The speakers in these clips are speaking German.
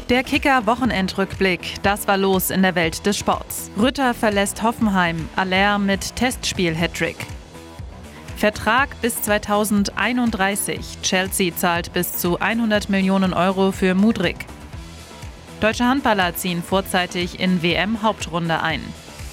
Der Kicker-Wochenendrückblick. Das war los in der Welt des Sports. Rütter verlässt Hoffenheim. Aller mit Testspiel-Hattrick. Vertrag bis 2031. Chelsea zahlt bis zu 100 Millionen Euro für Mudryk. Deutsche Handballer ziehen vorzeitig in WM-Hauptrunde ein.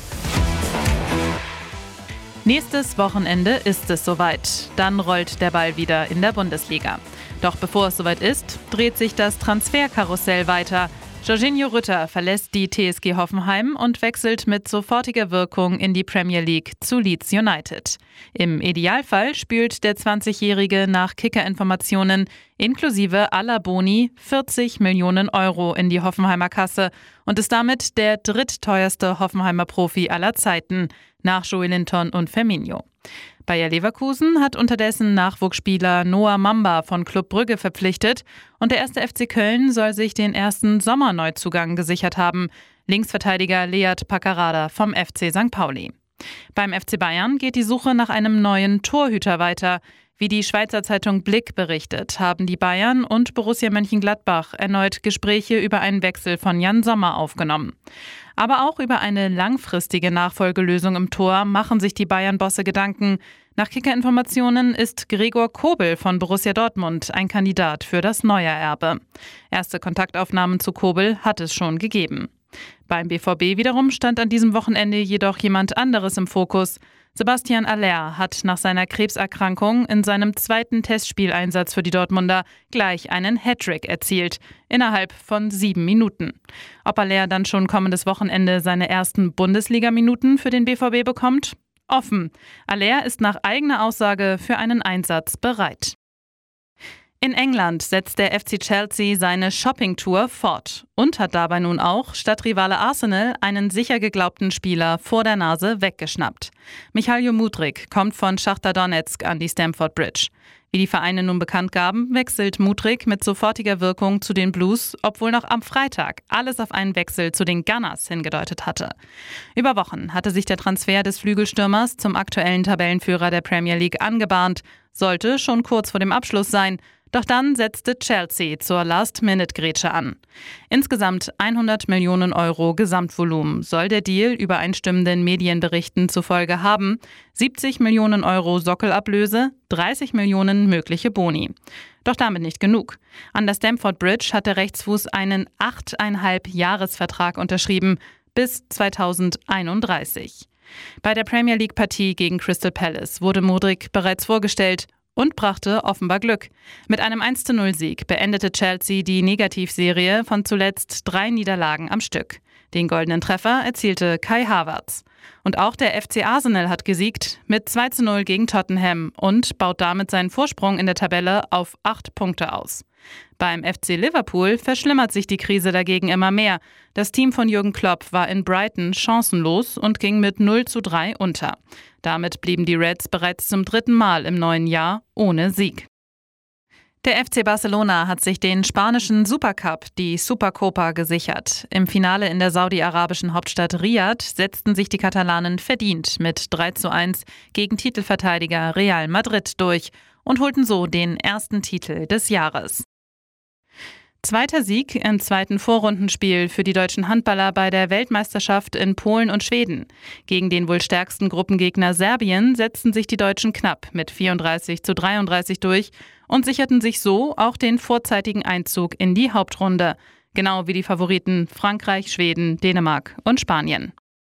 Nächstes Wochenende ist es soweit. Dann rollt der Ball wieder in der Bundesliga. Doch bevor es soweit ist, dreht sich das Transferkarussell weiter. Jorginho Rütter verlässt die TSG Hoffenheim und wechselt mit sofortiger Wirkung in die Premier League zu Leeds United. Im Idealfall spült der 20-Jährige nach Kicker-Informationen inklusive aller Boni 40 Millionen Euro in die Hoffenheimer Kasse und ist damit der drittteuerste Hoffenheimer Profi aller Zeiten, nach Joelinton und Firmino. Bayer Leverkusen hat unterdessen Nachwuchsspieler Noah Mamba von Club Brügge verpflichtet und der 1. FC Köln soll sich den ersten Sommerneuzugang gesichert haben. Linksverteidiger Lead Paccarada vom FC St. Pauli. Beim FC Bayern geht die Suche nach einem neuen Torhüter weiter. Wie die Schweizer Zeitung Blick berichtet, haben die Bayern und Borussia Mönchengladbach erneut Gespräche über einen Wechsel von Jan Sommer aufgenommen. Aber auch über eine langfristige Nachfolgelösung im Tor machen sich die Bayern-Bosse Gedanken. Nach Kicker-Informationen ist Gregor Kobel von Borussia Dortmund ein Kandidat für das Neuererbe. Erste Kontaktaufnahmen zu Kobel hat es schon gegeben. Beim BVB wiederum stand an diesem Wochenende jedoch jemand anderes im Fokus. Sebastian Aller hat nach seiner Krebserkrankung in seinem zweiten Testspieleinsatz für die Dortmunder gleich einen Hattrick erzielt, innerhalb von 7 Minuten. Ob Aller dann schon kommendes Wochenende seine ersten Bundesliga-Minuten für den BVB bekommt? Offen. Aller ist nach eigener Aussage für einen Einsatz bereit. In England setzt der FC Chelsea seine Shopping-Tour fort und hat dabei nun auch Stadtrivale Arsenal einen sicher geglaubten Spieler vor der Nase weggeschnappt. Michaljo Mudryk kommt von Schachtar Donezk an die Stamford Bridge. Wie die Vereine nun bekannt gaben, wechselt Mudryk mit sofortiger Wirkung zu den Blues, obwohl noch am Freitag alles auf einen Wechsel zu den Gunners hingedeutet hatte. Über Wochen hatte sich der Transfer des Flügelstürmers zum aktuellen Tabellenführer der Premier League angebahnt, sollte schon kurz vor dem Abschluss sein. Doch dann setzte Chelsea zur Last-Minute-Grätsche an. Insgesamt 100 Millionen Euro Gesamtvolumen soll der Deal übereinstimmenden Medienberichten zufolge haben. 70 Millionen Euro Sockelablöse, 30 Millionen mögliche Boni. Doch damit nicht genug. An der Stamford Bridge hat der Rechtsfuß einen 8,5-Jahresvertrag unterschrieben, bis 2031. Bei der Premier League-Partie gegen Crystal Palace wurde Mudryk bereits vorgestellt und brachte offenbar Glück. Mit einem 1:0-Sieg beendete Chelsea die Negativserie von zuletzt 3 Niederlagen am Stück. Den goldenen Treffer erzielte Kai Havertz. Und auch der FC Arsenal hat gesiegt mit 2:0 gegen Tottenham und baut damit seinen Vorsprung in der Tabelle auf 8 Punkte aus. Beim FC Liverpool verschlimmert sich die Krise dagegen immer mehr. Das Team von Jürgen Klopp war in Brighton chancenlos und ging mit 0:3 unter. Damit blieben die Reds bereits zum 3. Mal im neuen Jahr ohne Sieg. Der FC Barcelona hat sich den spanischen Supercup, die Supercopa, gesichert. Im Finale in der saudi-arabischen Hauptstadt Riad setzten sich die Katalanen verdient mit 3:1 gegen Titelverteidiger Real Madrid durch und holten so den ersten Titel des Jahres. Zweiter Sieg im zweiten Vorrundenspiel für die deutschen Handballer bei der Weltmeisterschaft in Polen und Schweden. Gegen den wohl stärksten Gruppengegner Serbien setzten sich die Deutschen knapp mit 34:33 durch und sicherten sich so auch den vorzeitigen Einzug in die Hauptrunde. Genau wie die Favoriten Frankreich, Schweden, Dänemark und Spanien.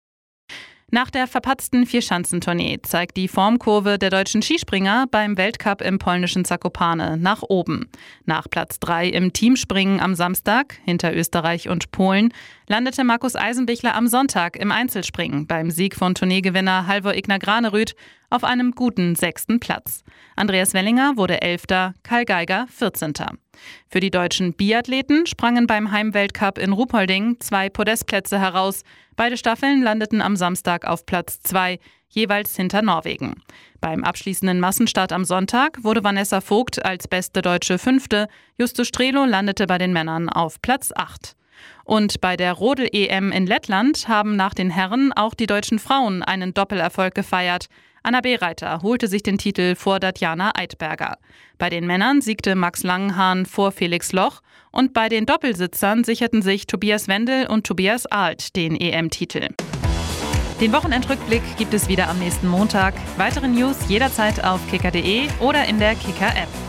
Nach der verpatzten Vierschanzentournee zeigt die Formkurve der deutschen Skispringer beim Weltcup im polnischen Zakopane nach oben. Nach Platz 3 im Teamspringen am Samstag, hinter Österreich und Polen, landete Markus Eisenbichler am Sonntag im Einzelspringen beim Sieg von Tourneegewinner Halvor Egner Granerüt auf einem guten 6. Platz. Andreas Wellinger wurde 11., Karl Geiger 14. Für die deutschen Biathleten sprangen beim Heimweltcup in Ruhpolding 2 Podestplätze heraus. Beide Staffeln landeten am Samstag auf Platz 2, jeweils hinter Norwegen. Beim abschließenden Massenstart am Sonntag wurde Vanessa Vogt als beste Deutsche 5., Justus Strelo landete bei den Männern auf Platz 8. Und bei der Rodel-EM in Lettland haben nach den Herren auch die deutschen Frauen einen Doppelerfolg gefeiert. Anna Behreiter holte sich den Titel vor Tatjana Eidberger. Bei den Männern siegte Max Langenhahn vor Felix Loch und bei den Doppelsitzern sicherten sich Tobias Wendel und Tobias Ahlt den EM-Titel. Den Wochenendrückblick gibt es wieder am nächsten Montag. Weitere News jederzeit auf kicker.de oder in der Kicker-App.